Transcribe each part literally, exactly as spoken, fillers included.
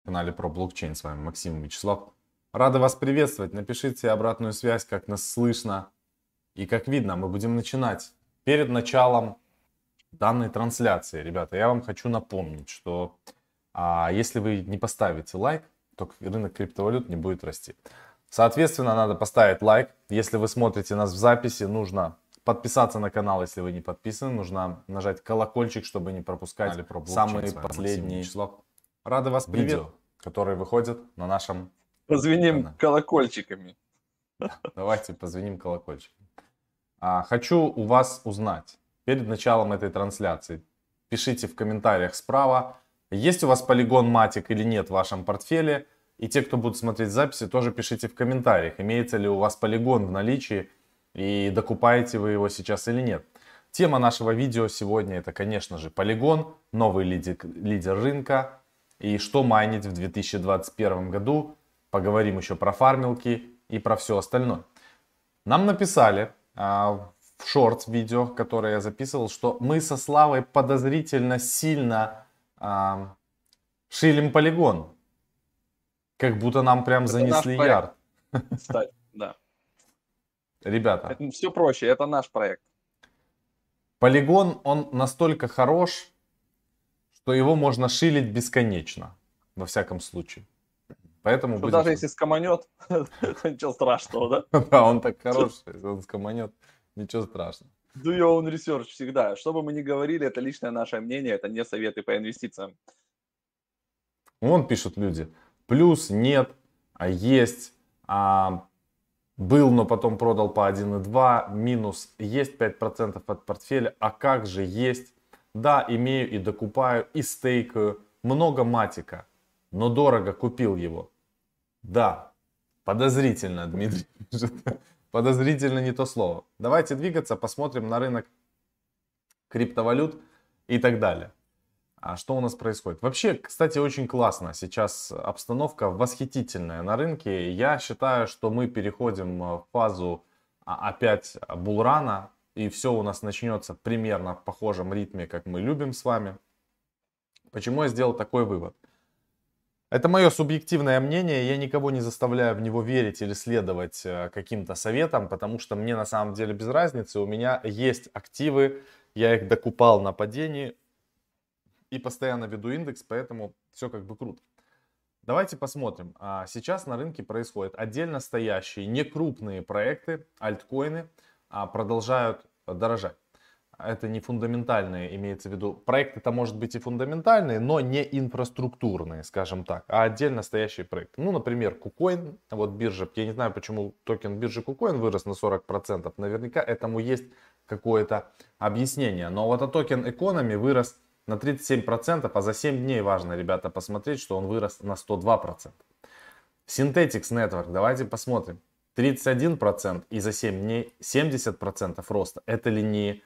На канале про блокчейн. С вами Максим и Вячеслав. Рады вас приветствовать. Напишите обратную связь, как нас слышно и как видно. Мы будем начинать. Перед началом данной трансляции, ребята, я вам хочу напомнить, что а, если вы не поставите лайк, то рынок криптовалют не будет расти. Соответственно, надо поставить лайк. Если вы смотрите нас в записи, нужно подписаться на канал, если вы не подписаны. Нужно нажать колокольчик, чтобы не пропускать самые последние Рады вас видео, которые выходят на нашем Позвоним канале. колокольчиками. Давайте позвоним колокольчиком. А, хочу у вас узнать, перед началом этой трансляции, пишите в комментариях справа, есть у вас полигон матик или нет в вашем портфеле. И те, кто будут смотреть записи, тоже пишите в комментариях, имеется ли у вас полигон в наличии и докупаете вы его сейчас или нет. Тема нашего видео сегодня это, конечно же, полигон, новый лидер, лидер рынка. И что майнить в две тысячи двадцать первом году. Поговорим еще про фармилки и про все остальное. Нам написали а, в шорт видео, которое я записывал, что мы со Славой подозрительно сильно а, шилим полигон. Как будто нам прям это занесли ярд. Кстати, да. Ребята. Это все проще, это наш проект. Полигон, он настолько хорош, что его можно шилить бесконечно, во всяком случее. Поэтому что будем... даже если скоманет, ничего страшного, да? Да, он так хорош, если он скоманет, ничего страшного. Do your own research всегда. Что бы мы ни говорили, это личное наше мнение, это не советы по инвестициям. Вон пишут люди, плюс, нет, а есть, а, был, но потом продал по один и два, минус, есть пять процентов от портфеля, а как же есть? Да, имею и докупаю, и стейкаю. Много матика, но дорого купил его. Да, подозрительно, Дмитрий пишет. Подозрительно не то слово. Давайте двигаться, посмотрим на рынок криптовалют и так далее. А что у нас происходит? Вообще, кстати, очень классно. Сейчас обстановка восхитительная на рынке. Я считаю, что мы переходим в фазу опять булрана. И все у нас начнется примерно в похожем ритме, как мы любим с вами. Почему я сделал такой вывод? Это мое субъективное мнение, я никого не заставляю в него верить или следовать каким-то советам, потому что мне на самом деле без разницы. У меня есть активы, я их докупал на падении и постоянно веду индекс, поэтому все как бы круто. Давайте посмотрим. Сейчас на рынке происходят отдельно стоящие некрупные проекты, альткоины, продолжают дорожать. Это не фундаментальные, имеется в виду. Проекты-то может быть и фундаментальные, но не инфраструктурные, скажем так, а отдельно стоящие проекты. Ну, например, KuCoin, вот биржа, я не знаю, почему токен биржи KuCoin вырос на сорок процентов. Наверняка этому есть какое-то объяснение. Но вот а токен Economy вырос на тридцать семь процентов, а за семь дней важно, ребята, посмотреть, что он вырос на сто два процента. Synthetix Network, давайте посмотрим. тридцать один процент и за семь дней семьдесят процентов роста. Это ли не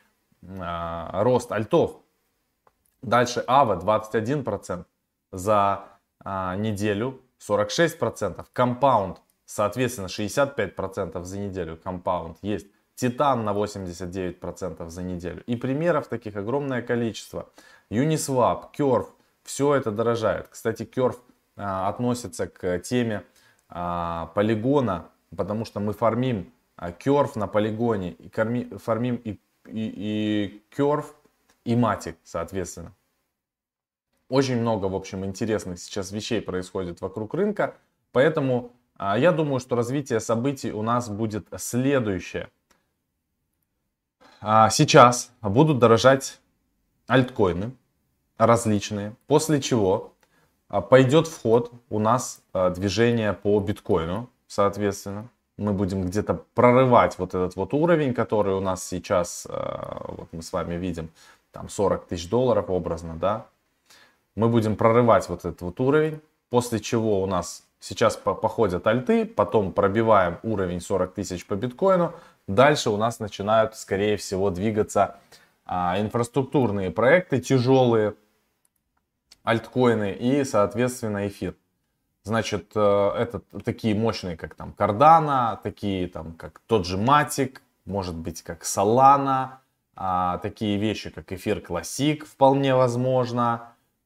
а, рост альтов? Дальше АВА двадцать один процент за а, неделю, сорок шесть процентов. Compound, соответственно, шестьдесят пять процентов за неделю. Compound есть. Титан на восемьдесят девять процентов за неделю. И примеров таких огромное количество. Uniswap, Curve, все это дорожает. Кстати, Curve а, относится к теме а, полигона, потому что мы фармим Curve на полигоне, и корми, фармим и, и, и Curve, и матик, соответственно. Очень много, в общем, интересных сейчас вещей происходит вокруг рынка, поэтому а, я думаю, что развитие событий у нас будет следующее. А, сейчас будут дорожать альткоины различные, после чего а, пойдет в ход у нас а, движение по биткоину. Соответственно, мы будем где-то прорывать вот этот вот уровень, который у нас сейчас, вот мы с вами видим, там сорок тысяч долларов образно, да. Мы будем прорывать вот этот вот уровень, после чего у нас сейчас походят альты, потом пробиваем уровень сорок тысяч по биткоину. Дальше у нас начинают, скорее всего, двигаться а, инфраструктурные проекты, тяжелые альткоины и, соответственно, эфир. Значит, это такие мощные, как там Cardano, такие там, как тот же Matic, может быть, как Solana, а, такие вещи, как эфир Classic, вполне возможно.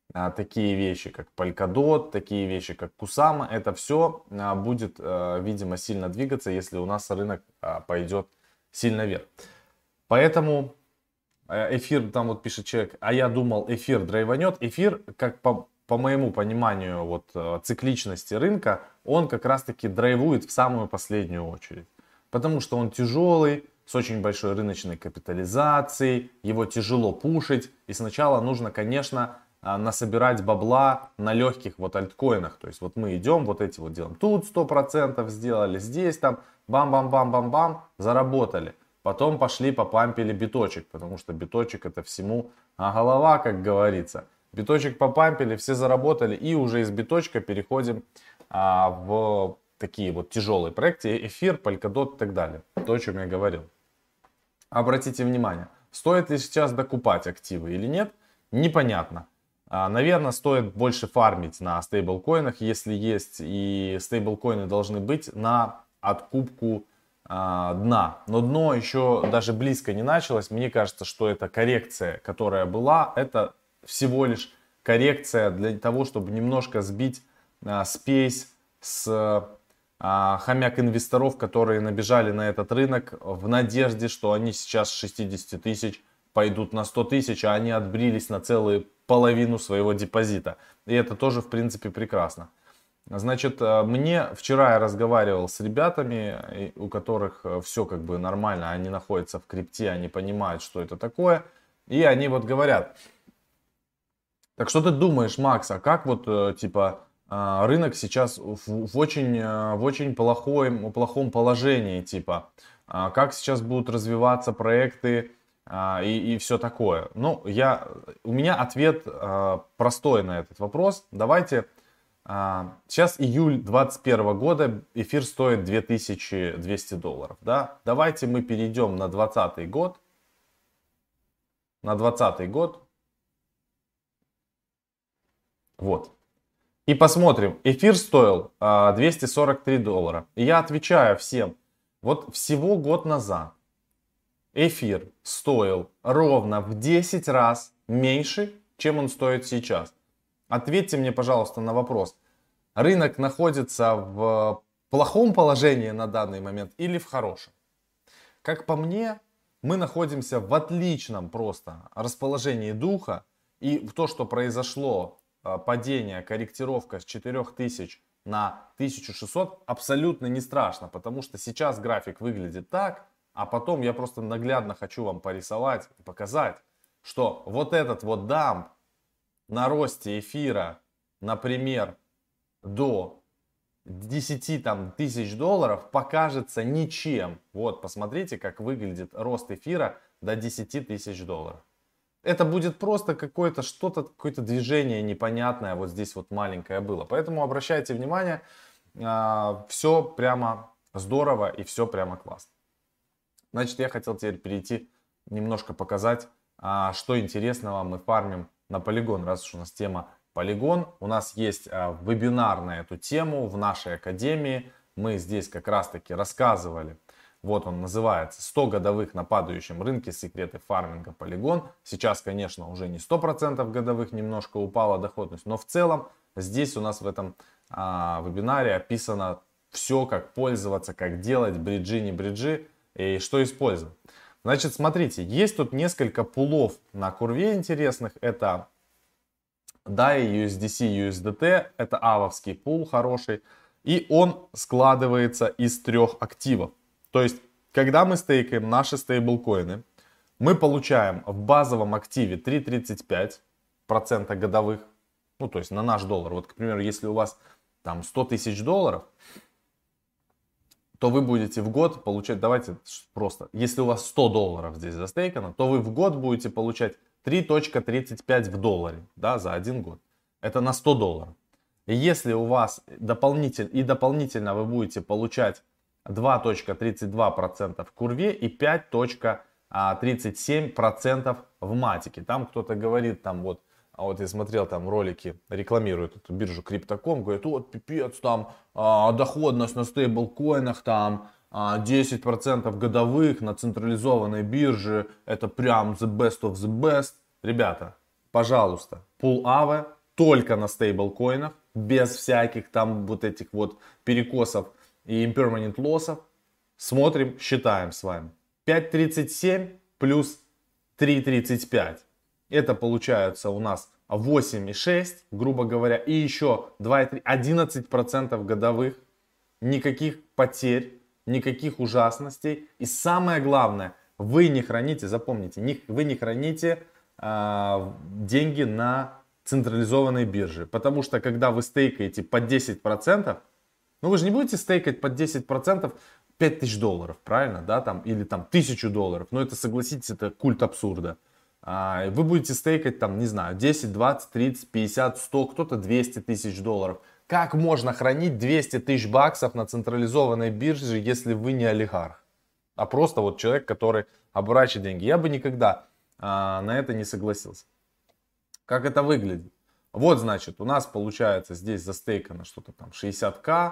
а, такие вещи, как Polkadot, такие вещи, как Kusama, это все а, будет, а, видимо, сильно двигаться, если у нас рынок а, пойдет сильно вверх. Поэтому эфир, там вот пишет человек, а я думал, эфир драйванет. Эфир, как по, по моему пониманию вот, цикличности рынка, он как раз-таки драйвует в самую последнюю очередь. Потому что он тяжелый, с очень большой рыночной капитализацией, его тяжело пушить. И сначала нужно, конечно, насобирать бабла на легких вот альткоинах. То есть вот мы идем, вот эти вот делаем. Тут сто процентов сделали, здесь там бам-бам-бам-бам-бам, заработали. Потом пошли попампили биточек, потому что биточек это всему а голова, как говорится. Биточек попампили, все заработали, и уже из биточка переходим а, в такие вот тяжелые проекты, эфир, Polkadot и так далее. То, о чем я говорил. Обратите внимание, стоит ли сейчас докупать активы или нет, непонятно. А, наверное, стоит больше фармить на стейблкоинах, если есть, и стейблкоины должны быть на откупку дна. Но дно еще даже близко не началось. Мне кажется, что это коррекция, которая была, это всего лишь коррекция для того, чтобы немножко сбить а, спесь с а, хомяк инвесторов, которые набежали на этот рынок в надежде, что они сейчас с шестидесяти тысяч пойдут на сто тысяч, а они отбрились на целую половину своего депозита. И это тоже, в принципе, прекрасно. Значит, мне вчера я разговаривал с ребятами, у которых все как бы нормально, они находятся в крипте, они понимают, что это такое. И они вот говорят, так что ты думаешь, Макс, а как вот типа рынок сейчас в, в очень, в очень плохом, плохом положении, типа, как сейчас будут развиваться проекты и, и все такое? Ну, я, у меня ответ простой на этот вопрос. Давайте... Сейчас июль двадцать первого года, эфир стоит две тысячи двести долларов. Да? Давайте мы перейдем на двадцатый год. На двадцатый год. Вот. И посмотрим. Эфир стоил а, двести сорок три доллара. И я отвечаю всем. Вот всего год назад эфир стоил ровно в десять раз меньше, чем он стоит сейчас. Ответьте мне, пожалуйста, на вопрос. Рынок находится в плохом положении на данный момент или в хорошем? Как по мне, мы находимся в отличном просто расположении духа. И то, что произошло, падение, корректировка с четырёх тысяч на тысячу шестьсот, абсолютно не страшно. Потому что сейчас график выглядит так, а потом я просто наглядно хочу вам порисовать и показать, что вот этот вот дамп на росте эфира, например, до десяти там, тысяч долларов покажется ничем. Вот, посмотрите, как выглядит рост эфира до десяти тысяч долларов. Это будет просто какое-то что-то, какое-то движение непонятное, вот здесь вот маленькое было. Поэтому обращайте внимание, все прямо здорово и все прямо классно. Значит, я хотел теперь перейти, немножко показать, что интересного мы фармим на Polygon, раз уж у нас тема Polygon. У нас есть а, вебинар на эту тему в нашей академии. Мы здесь как раз таки рассказывали. Вот он называется сто годовых на падающем рынке. Секреты фарминга Polygon. Сейчас, конечно, уже не сто процентов годовых, немножко упала доходность. Но в целом здесь у нас в этом а, вебинаре описано все, как пользоваться, как делать, бриджи, не бриджи и что использовать. Значит, смотрите, есть тут несколько пулов на курве интересных. Это дай, ю эс ди си, ю эс ди ти. Это авовский пул хороший. И он складывается из трех активов. То есть, когда мы стейкаем наши стейблкоины, мы получаем в базовом активе три целых тридцать пять сотых процента годовых. Ну, то есть, на наш доллар. Вот, к примеру, если у вас там сто тысяч долларов, то вы будете в год получать, давайте просто, если у вас сто долларов здесь застейкано, то вы в год будете получать три целых тридцать пять сотых в долларе, да, за один год. Это на сто долларов. И если у вас дополнительно, и дополнительно вы будете получать два целых тридцать два сотых процента в курве и пять целых тридцать семь сотых процента в матике. Там кто-то говорит, там вот, а вот я смотрел там ролики, рекламируют эту биржу Crypto.com, говорят, вот пипец, там а, доходность на стейблкоинах там а, десять процентов годовых на централизованной бирже, это прям the best of the best. Ребята, пожалуйста, пул эй ви, только на стейблкоинах, без всяких там вот этих вот перекосов и impermanent лоссов. Смотрим, считаем с вами. пять тридцать семь плюс три тридцать пять. Это получается у нас восемь и шесть, грубо говоря, и еще два и три, одиннадцать процентов годовых. Никаких потерь, никаких ужасностей. И самое главное, вы не храните, запомните, не, вы не храните э, деньги на централизованной бирже. Потому что когда вы стейкаете под десять процентов, ну вы же не будете стейкать под десять процентов пять тысяч долларов, правильно, да, там, или там тысячу долларов. Но это, согласитесь, это культ абсурда. А, вы будете стейкать там, не знаю, десять, двадцать, тридцать, пятьдесят, сто, кто-то двести тысяч долларов. Как можно хранить двести тысяч баксов на централизованной бирже, если вы не олигарх, а просто вот человек, который оборачивает деньги? Я бы никогда а, на это не согласился. Как это выглядит? Вот, значит, у нас получается здесь застейкано что-то там шестьдесят тысяч.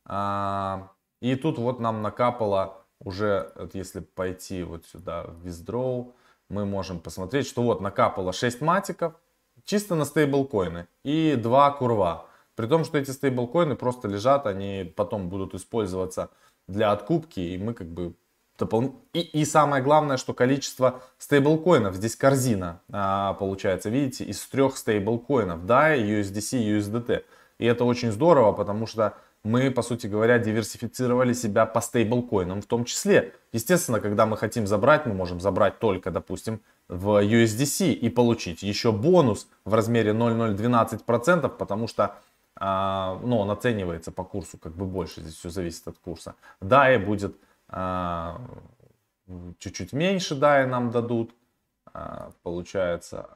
А, и тут вот нам накапало уже, вот если пойти вот сюда в withdraw, мы можем посмотреть, что вот накапало шесть матиков чисто на стейблкоины и два курва. При том, что эти стейблкоины просто лежат, они потом будут использоваться для откупки, и мы как бы допол... и, и самое главное, что количество стейблкоинов, здесь корзина а, получается, видите, из трех стейблкоинов, дай, ю эс ди си, ю эс ди ти. И это очень здорово, потому что мы, по сути говоря, диверсифицировали себя по стейблкоинам в том числе. Естественно, когда мы хотим забрать, мы можем забрать только, допустим, в ю эс ди си и получить еще бонус в размере ноль целых двенадцать сотых процента, потому что а, ну, он оценивается по курсу как бы больше, здесь все зависит от курса. дай будет а, чуть-чуть меньше, дай нам дадут, а, получается.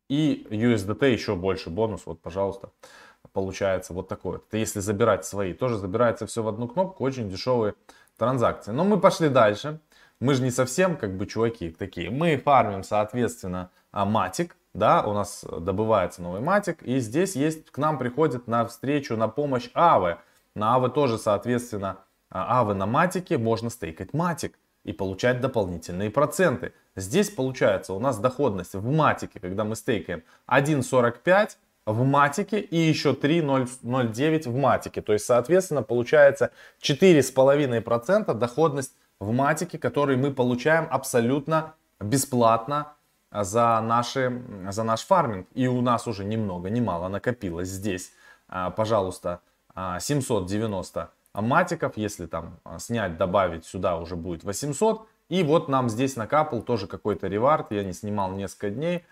И ю эс ди ти еще больше бонус, вот, пожалуйста. Получается вот такое. Это если забирать свои. Тоже забирается все в одну кнопку. Очень дешевые транзакции. Но мы пошли дальше. Мы же не совсем как бы чуваки такие. Мы фармим, соответственно, матик. Да, у нас добывается новый матик. И здесь есть, к нам приходит на встречу, на помощь Аве. На Аве тоже, соответственно, Аве на матике можно стейкать матик и получать дополнительные проценты. Здесь получается у нас доходность в матике, когда мы стейкаем один целых сорок пять в матике и еще три целых девять в матике. То есть, соответственно, получается четыре целых пять десятых процента доходность в матике, который мы получаем абсолютно бесплатно за, наши, за наш фарминг. И у нас уже ни много ни мало накопилось здесь, пожалуйста, семьсот девяносто матиков. Если там снять, добавить, сюда уже будет восемьсот. И вот нам здесь накапал тоже какой-то ревард. Я не снимал несколько дней.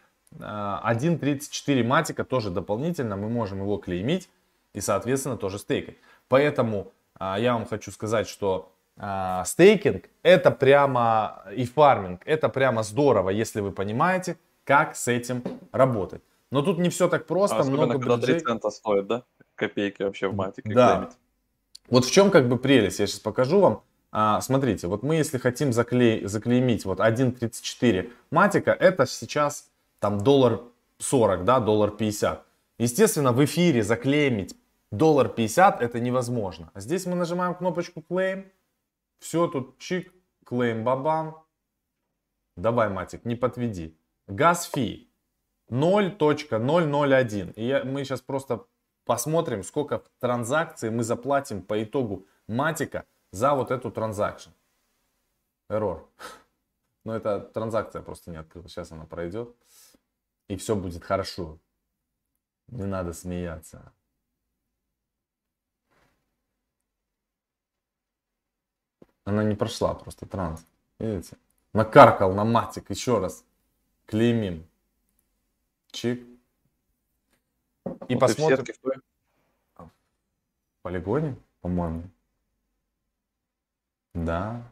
один целых тридцать четыре матика тоже дополнительно, мы можем его клеймить и, соответственно, тоже стейкать. Поэтому я вам хочу сказать, что стейкинг это прямо и фарминг, это прямо здорово, если вы понимаете, как с этим работать. Но тут не все так просто, а много когда бриджей. три цента стоит, да? Копейки вообще в матике Да. клеймить. Вот в чем как бы прелесть, я сейчас покажу вам. А, смотрите, вот мы если хотим заклей, заклеймить вот один целых тридцать четыре матика, это сейчас там доллар сорок, да, доллар пятьдесят. Естественно, в эфире заклеймить доллар пятьдесят это невозможно. А здесь мы нажимаем кнопочку claim. Все тут чик, claim бабам. Давай, матик, не подведи. Gas fee ноль целых ноль ноль один. И я, мы сейчас просто посмотрим, сколько транзакций мы заплатим по итогу матика за вот эту транзакцию. Error. Но эта транзакция просто не открылась. Сейчас она пройдет. И все будет хорошо. Не надо смеяться. Она не прошла просто транс. Видите? Накаркал на матик. Еще раз. Клеймим. Чик. И вот посмотрим. И в, в полигоне, по-моему. Да.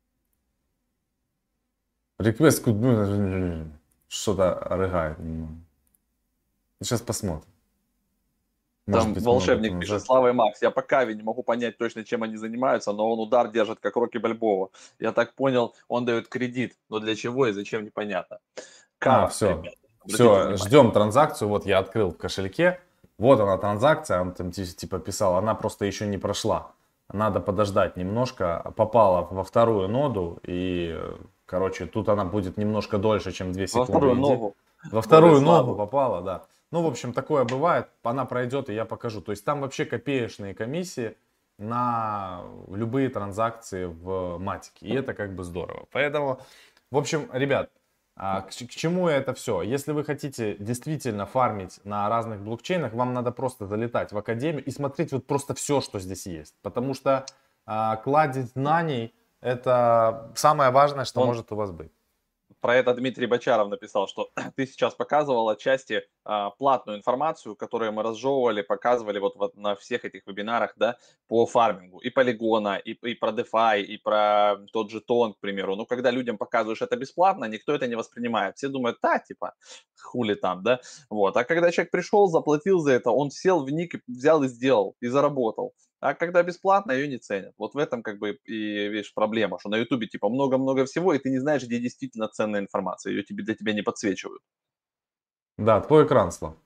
Request could be... Что-то рыгает. Сейчас посмотрим. Там быть, волшебник пишет: Слава и Макс, я по Каве не могу понять точно, чем они занимаются, но он удар держит, как Рокки Бальбоа. Я так понял, он дает кредит, но для чего и зачем непонятно. Кава, а, все, ребята, все, ждем транзакцию. Вот я открыл в кошельке. Вот она транзакция, он там типа писал, она просто еще не прошла. Надо подождать немножко. Попала во вторую ноду и, короче, тут она будет немножко дольше, чем две секунды. Во вторую ногу. Во вторую ногу попала, да. Ну, в общем, такое бывает, она пройдет, и я покажу. То есть там вообще копеечные комиссии на любые транзакции в матике. И это как бы здорово. Поэтому, в общем, ребят, а, к, к чему это все? Если вы хотите действительно фармить на разных блокчейнах, вам надо просто залетать в академию и смотреть вот просто все, что здесь есть. Потому что а, кладезь знаний это самое важное, что Он может у вас быть. Про это Дмитрий Бочаров написал, что ты сейчас показывал отчасти а, платную информацию, которую мы разжевывали, показывали вот, вот на всех этих вебинарах, да, по фармингу, и полигона, и, и про DeFi, и про тот же тон, к примеру. Ну, когда людям показываешь это бесплатно, никто это не воспринимает. Все думают, да, типа, хули там, да, вот. А когда человек пришел, заплатил за это, он сел в ник, и взял и сделал, и заработал. А когда бесплатно, ее не ценят. Вот в этом как бы и, видишь, проблема, что на Ютубе типа много-много всего, и ты не знаешь, где действительно ценная информация. Ее тебе, для тебя не подсвечивают. Да, твой экран, Слав.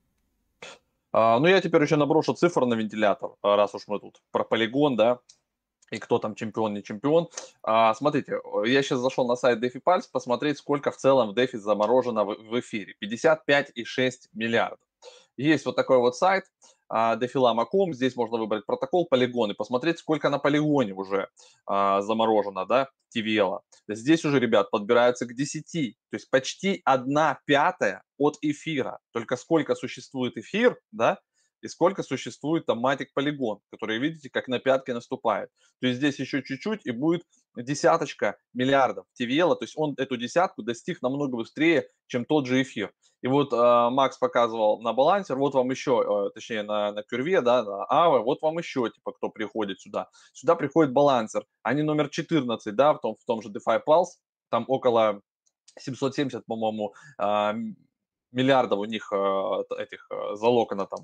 А, ну, я теперь еще наброшу цифр на вентилятор, а, раз уж мы тут про полигон, да, и кто там чемпион, не чемпион. А, смотрите, я сейчас зашел на сайт DeFi Pulse посмотреть, сколько в целом в DeFi заморожено в, в эфире. пятьдесят пять и шесть миллиардов. Есть вот такой вот сайт defilama точка com, здесь можно выбрать протокол, полигон и посмотреть, сколько на полигоне уже а, заморожено, да, ти ви эл. Здесь уже, ребят, подбираются к десяти, то есть почти одна пятая от эфира. Только сколько существует эфир, да, и сколько существует там матик полигон, который, видите, как на пятки наступает. То есть здесь еще чуть-чуть и будет десяточка миллиардов ти ви эл, то есть он эту десятку достиг намного быстрее, чем тот же эфир. И вот э, Макс показывал на балансер, вот вам еще, э, точнее на, на Кюрве, да, на Аве, вот вам еще, типа, кто приходит сюда. Сюда приходит балансер, они номер четырнадцать, да, в том, в том же DeFi Pulse, там около семьсот семьдесят, по-моему, э, миллиардов у них э, этих э, залокано там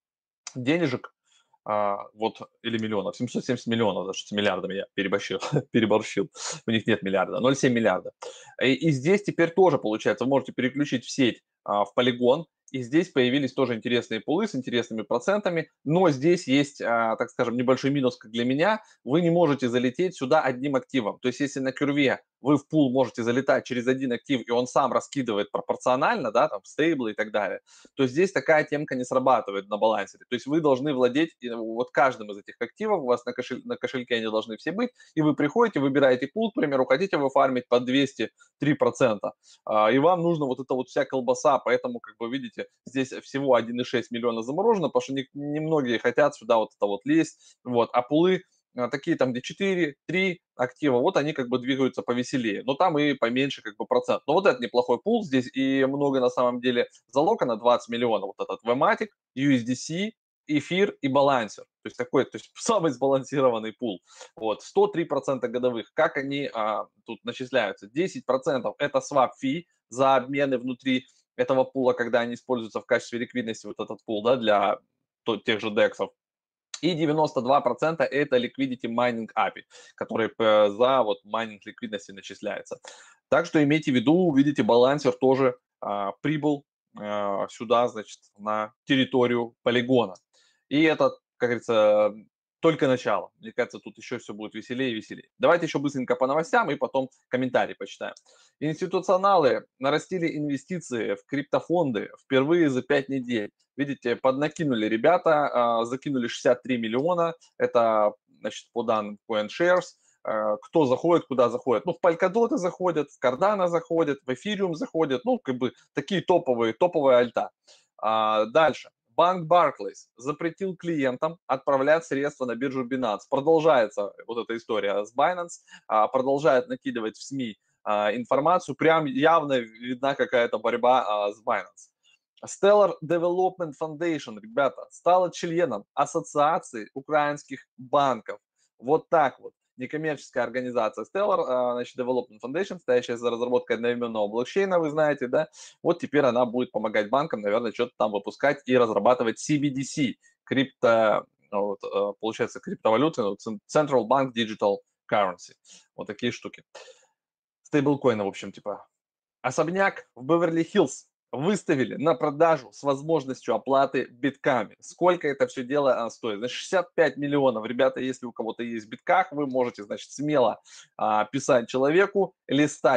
денежек, а, вот, или миллионов, семьсот семьдесят миллионов, даже с миллиардами я переборщил, переборщил, у них нет миллиарда, ноль целых семь миллиарда. И, и здесь теперь тоже получается, вы можете переключить в сеть, а, в полигон, и здесь появились тоже интересные пулы с интересными процентами, но здесь есть, а, так скажем, небольшой минус, как для меня, вы не можете залететь сюда одним активом, то есть если на Кюрве вы в пул можете залетать через один актив, и он сам раскидывает пропорционально, да, там, стейблы и так далее, то здесь такая темка не срабатывает на балансере. То есть вы должны владеть вот каждым из этих активов, у вас на, кошель, на кошельке они должны все быть, и вы приходите, выбираете пул, к примеру, хотите вы фармить по двести три процента, и вам нужно вот эта вот вся колбаса, поэтому, как бы видите, здесь всего один и шесть миллиона заморожено, потому что немногие не хотят сюда вот это вот лезть, вот, а пулы такие там, где четыре, три актива, вот они как бы двигаются повеселее, но там и поменьше как бы процент. Но вот это неплохой пул здесь, и много на самом деле залога на двадцать миллионов, вот этот V-Matic, ю эс ди си, эфир и балансер. То есть такой, то есть самый сбалансированный пул. Вот, сто три процента годовых. Как они а, тут начисляются? десять процентов это swap fee за обмены внутри этого пула, когда они используются в качестве ликвидности, вот этот пул, да, для тех же дексов. И девяносто два процента это liquidity mining эй пи ай, который за вот майнинг ликвидности начисляется. Так что имейте в виду, видите, балансер тоже а, прибыл а, сюда, значит, на территорию полигона. И это, как говорится, только начало. Мне кажется, тут еще все будет веселее и веселее. Давайте еще быстренько по новостям и потом комментарии почитаем. Институционалы нарастили инвестиции в криптофонды впервые за пять недель. Видите, поднакинули ребята, закинули шестьдесят три миллиона. Это, значит, по данным CoinShares. Кто заходит, куда заходит. Ну, в Polkadot заходят, в Cardano заходят, в Ethereum заходят. Ну, как бы такие топовые, топовые альта. Дальше. Банк Barclays запретил клиентам отправлять средства на биржу Binance. Продолжается вот эта история с Binance, продолжает накидывать в СМИ информацию. Прям явно видна какая-то борьба с Binance. Stellar Development Foundation, ребята, стала членом Ассоциации украинских банков. Вот так вот. Некоммерческая организация Stellar, значит, Development Foundation, стоящая за разработкой одноименного блокчейна, вы знаете, да, вот теперь она будет помогать банкам, наверное, что-то там выпускать и разрабатывать си би ди си, крипто, вот, получается, криптовалюты, Central Bank Digital Currency, вот такие штуки. Стейблкоины, в общем, типа. Особняк в Беверли-Хиллз выставили на продажу с возможностью оплаты битками. Сколько это все дело а, стоит? Значит, шестьдесят пять миллионов. Ребята, если у кого-то есть в битках, вы можете, значит, смело а, писать человеку, листать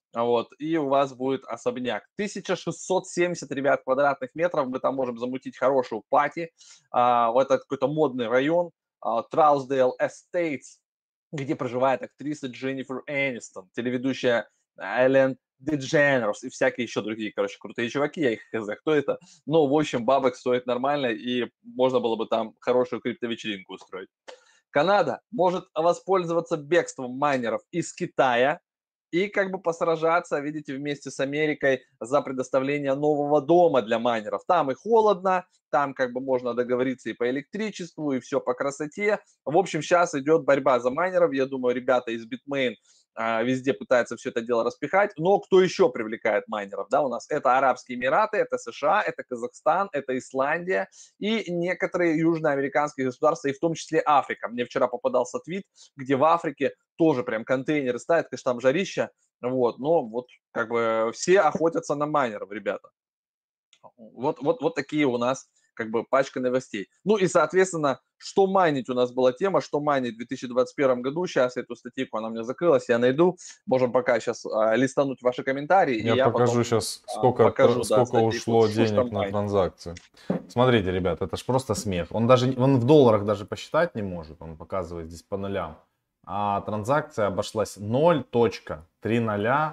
Вот, и у вас будет особняк. тысяча шестьсот семьдесят, ребят, квадратных метров. Мы там можем замутить хорошую пати. А, в этот какой-то модный район, а, Траусдейл Эстейтс, где проживает актриса Дженнифер Энистон, телеведущая Эллен Дедженерс и всякие еще другие, короче, крутые чуваки. Я их хз, кто это. Но, в общем, бабок стоит нормально, и можно было бы там хорошую криптовечеринку устроить. Канада может воспользоваться бегством майнеров из Китая и как бы посражаться, видите, вместе с Америкой за предоставление нового дома для майнеров. Там и холодно, там как бы можно договориться и по электричеству, и все по красоте. В общем, сейчас идет борьба за майнеров. Я думаю, ребята из Bitmain а, везде пытаются все это дело распихать. Но кто еще привлекает майнеров? Да, у нас это Арабские Эмираты, это США, это Казахстан, это Исландия и некоторые южноамериканские государства, и в том числе Африка. Мне вчера попадался твит, где в Африке тоже прям контейнеры ставят, конечно, там жарища, вот, но вот как бы все охотятся на майнеров, ребята. Вот, вот, вот такие у нас как бы пачка новостей. Ну и, соответственно, что майнить у нас была тема, что майнить в две тысячи двадцать первом году. Сейчас эту статейку, она у меня закрылась, я найду. Можем пока сейчас а, листануть ваши комментарии, и Я я потом покажу сейчас, а, сколько, тр- покажу, да, сколько статейку. ушло Что ж там денег на майнить. транзакцию. Смотрите, ребят, это ж просто смех. Он даже он в долларах даже посчитать не может. Он показывает здесь по нулям. А транзакция обошлась ноль точка три ноль.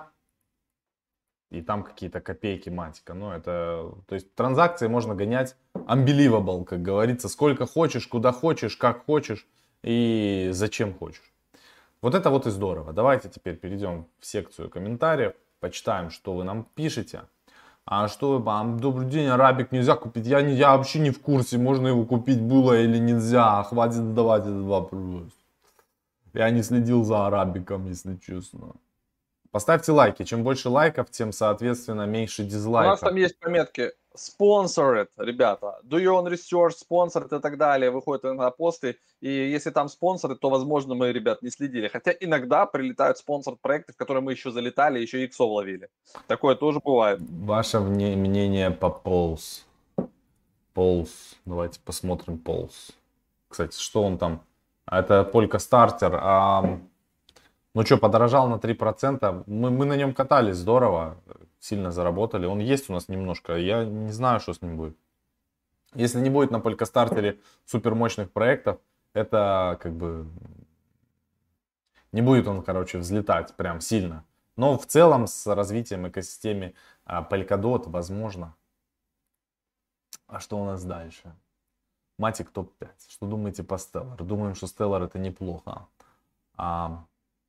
И там какие-то копейки матика. Ну, это, то есть транзакции можно гонять unbelievable, как говорится, сколько хочешь, куда хочешь, как хочешь и зачем хочешь. Вот это вот и здорово. Давайте теперь перейдем в секцию комментариев, почитаем, что вы нам пишете. А что вы, там, добрый день, арабик нельзя купить. Я, не, я вообще не в курсе, можно его купить было или нельзя. Хватит задавать этот вопрос. Я не следил за арабиком, если честно. Поставьте лайки. Чем больше лайков, тем, соответственно, меньше У нас дизлайков. там есть пометки sponsored, ребята, do your own research, sponsored и так далее, выходят иногда посты, и если там спонсоры, то, возможно, мы, ребят, не следили. Хотя иногда прилетают спонсор проекты, в которые мы еще залетали, еще иксов ловили. Такое тоже бывает. Ваше вне- мнение по Полз. Полз. Давайте посмотрим Полз. Кстати, что он там? Это Полька Стартер. А, ну что, подорожал на три процента. Мы, мы на нем катались здорово. Сильно заработали. Он есть у нас немножко. Я не знаю, что с ним будет. Если не будет на Полькастартере супермощных проектов, это как бы не будет он, короче, взлетать прям сильно. Но в целом с развитием экосистемы Polkadot возможно. А что у нас дальше? Матик топ пять. Что думаете по Stellar? Думаем, что Stellar это неплохо. А...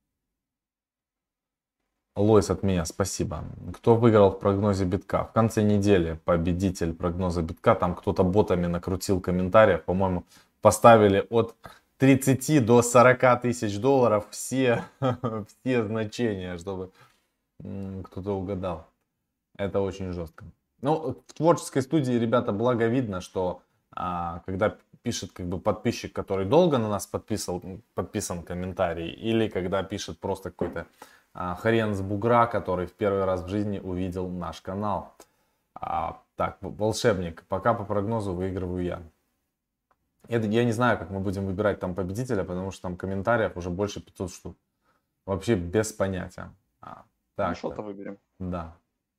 Лойс от меня, спасибо. Кто выиграл в прогнозе битка? В конце недели победитель прогноза битка. Там кто-то ботами накрутил комментариев. По-моему, поставили от тридцати до сорока тысяч долларов все, все значения, чтобы кто-то угадал. Это очень жестко. Ну, в творческой студии, ребята, благо видно, что а, когда пишет как бы подписчик, который долго на нас подписал, подписан комментарий, или когда пишет просто какой-то а, хрен с бугра, который в первый раз в жизни увидел наш канал. А, так, волшебник, пока по прогнозу выигрываю я. Это, я не знаю, как мы будем выбирать там победителя, потому что там комментариев уже больше пятисот штук. Вообще без понятия. А, так, ну, что-то выберем. Да.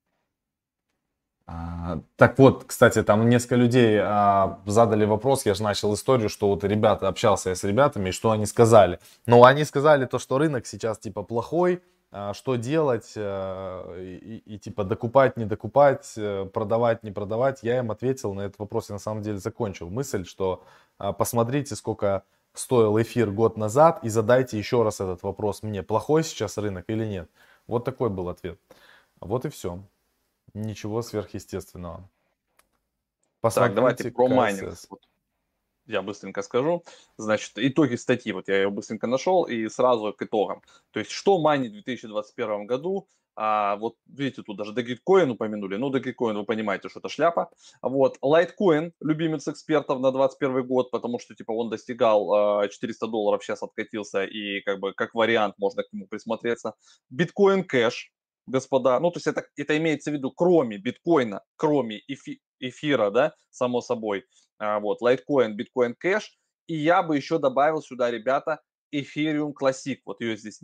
А, так вот, кстати, там несколько людей а, задали вопрос, я же начал историю, что вот ребята, общался я с ребятами, и что они сказали. Но они сказали то, что рынок сейчас типа плохой, а, что делать, а, и, и типа докупать, не докупать, а, продавать, не продавать. Я им ответил на этот вопрос, я на самом деле закончил мысль, что а, посмотрите, сколько стоил эфир год назад, и задайте еще раз этот вопрос мне, плохой сейчас рынок или нет. Вот такой был ответ. Вот и все. Ничего сверхъестественного. Так, давайте Посмотрите про майнинг. КСС. Вот я быстренько скажу. Значит, итоги статьи. Вот я ее быстренько нашел и сразу к итогам. То есть, что майнить в две тысячи двадцать первом году? А, вот видите, тут даже Dogecoin упомянули. Ну, Dogecoin, вы понимаете, что это шляпа. Вот, Litecoin, любимец экспертов на двадцать первый год, потому что, типа, он достигал а, четыреста долларов, сейчас откатился, и, как бы, как вариант, можно к нему присмотреться. Bitcoin Cash, господа. Ну, то есть, это, это имеется в виду, кроме биткоина, кроме эфи, эфира, да, само собой. А, вот, Litecoin, Bitcoin Cash. И я бы еще добавил сюда, ребята, Ethereum Classic. Вот ее здесь нет.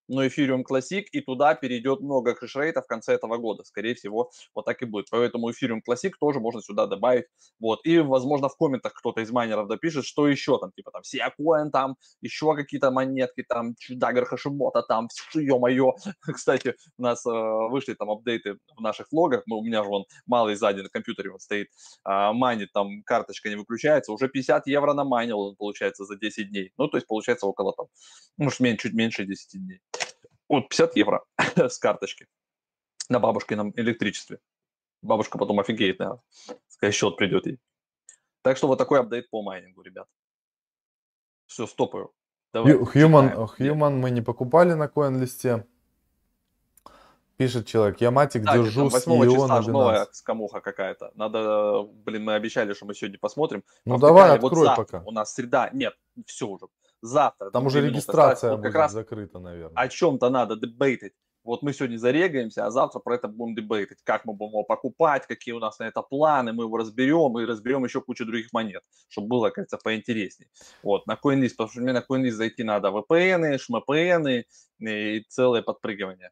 но Ethereum Classic, и туда перейдет много хэшрейта в конце этого года. Скорее всего, вот так и будет. Поэтому Ethereum Classic тоже можно сюда добавить. Вот. И, возможно, в комментах кто-то из майнеров допишет, что еще там, типа там Siacoin, там еще какие-то монетки, там Dagger Hashimoto, там, ё-моё. Кстати, у нас э, вышли там апдейты в наших влогах. Мы, у меня же вон малый сзади на компьютере вот стоит, э, майнит, там карточка не выключается. Уже пятьдесят евро намайнил он, получается, за десять дней. Ну, то есть, получается, около там, может, меньше, чуть меньше десяти дней. Вот пятьдесят евро с карточки на бабушкином электричестве. Бабушка потом офигеет, наверное. Скажет, счет придет ей. Так что вот такой апдейт по майнингу, ребят. Все, стопаю. Давай, Human, Human мы не покупали на CoinList'е. Пишет человек, я матик Кстати, держу с восьмого ИО числа на аж новая Binance. скамуха какая-то. Надо, блин, мы обещали, что мы сегодня посмотрим. Ну давай, открой вот завтра пока. У нас среда. Нет, все уже. Завтра. Там ну, уже две минуты регистрация осталось. Вот будет как раз закрыта, наверное. о чем-то надо дебейтить. Вот мы сегодня зарегаемся, а завтра про это будем дебейтить. Как мы будем его покупать, какие у нас на это планы, мы его разберем и разберем еще кучу других монет, чтобы было, кажется, поинтереснее. Вот, на CoinList, потому что мне на CoinList зайти надо ви пи эн, шмпн и целое подпрыгивание.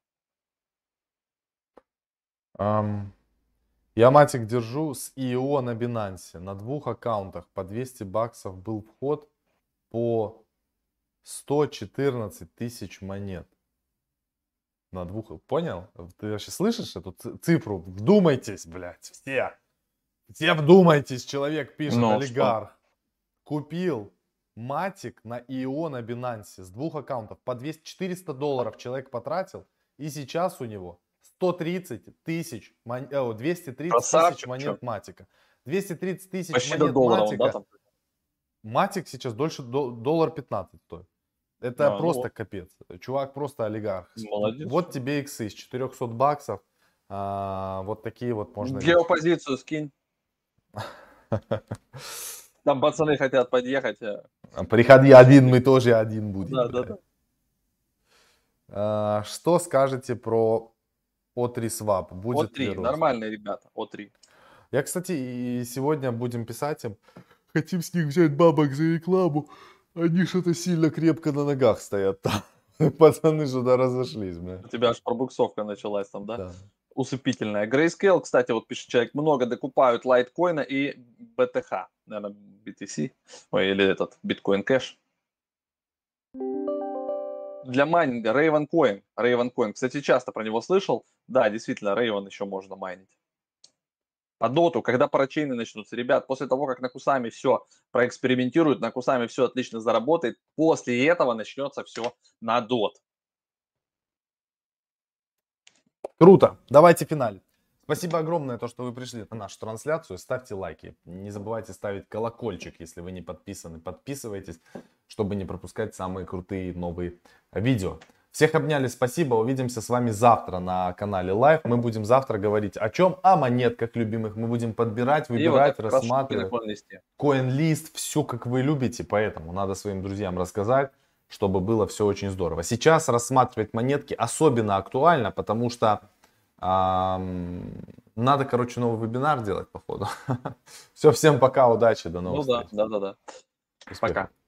Um, я матик держу с ИО на Binance. На двух аккаунтах по двести баксов был вход по сто четырнадцать тысяч монет. На двух, понял? Ты вообще слышишь эту цифру? Вдумайтесь, блядь, все. Все вдумайтесь, человек пишет, Ну, олигарх. Что? Купил матик на ИО на Binance с двух аккаунтов. По двести четыреста долларов человек потратил. И сейчас у него сто тридцать тысяч, двести тридцать тысяч монет что? Матика. двести тридцать тысяч почти монет доллара матика. Он, да, там? Матик сейчас дольше доллар пятнадцать стоит. Это а, просто ну, капец. Чувак просто олигарх. Молодец. Вот тебе иксы с четырехсот баксов. А, вот такие вот можно... Геопозицию скинь. Там пацаны хотят подъехать. Приходи один, мы тоже один будем. Да, да, да. А, что скажете про о три свап? Будет о три, нормальные ребята, о три. Я, кстати, и сегодня будем писать им. Хотим с них взять бабок за рекламу. Они что-то сильно крепко на ногах стоят там. Пацаны что-то разошлись, бля. У тебя аж пробуксовка началась там, да? Да. Усыпительная. Grayscale, кстати, вот пишет человек, много докупают лайткоина и би ти эйч. Наверное, би ти си. Ой, или этот, Bitcoin Cash. Для майнинга Raven Coin. Raven Coin. Кстати, часто про него слышал. Да, действительно, Raven еще можно майнить. По доту, когда парачейны начнутся, ребят, после того, как на Кусами все проэкспериментируют, на Кусами все отлично заработает, после этого начнется все на дот. Круто. Давайте финалить. Спасибо огромное, то, что вы пришли на нашу трансляцию. Ставьте лайки. Не забывайте ставить колокольчик, если вы не подписаны. Подписывайтесь, чтобы не пропускать самые крутые новые видео. Всех обняли, спасибо. Увидимся с вами завтра на канале Live. Мы будем завтра говорить о чем? О монетках любимых. Мы будем подбирать, выбирать, вот рассматривать. CoinList, все как вы любите. Поэтому надо своим друзьям рассказать, чтобы было все очень здорово. Сейчас рассматривать монетки особенно актуально, потому что эм, надо, короче, новый вебинар делать, походу. Все, всем пока, удачи, до новых встреч. Ну да, да, да, да. Пока.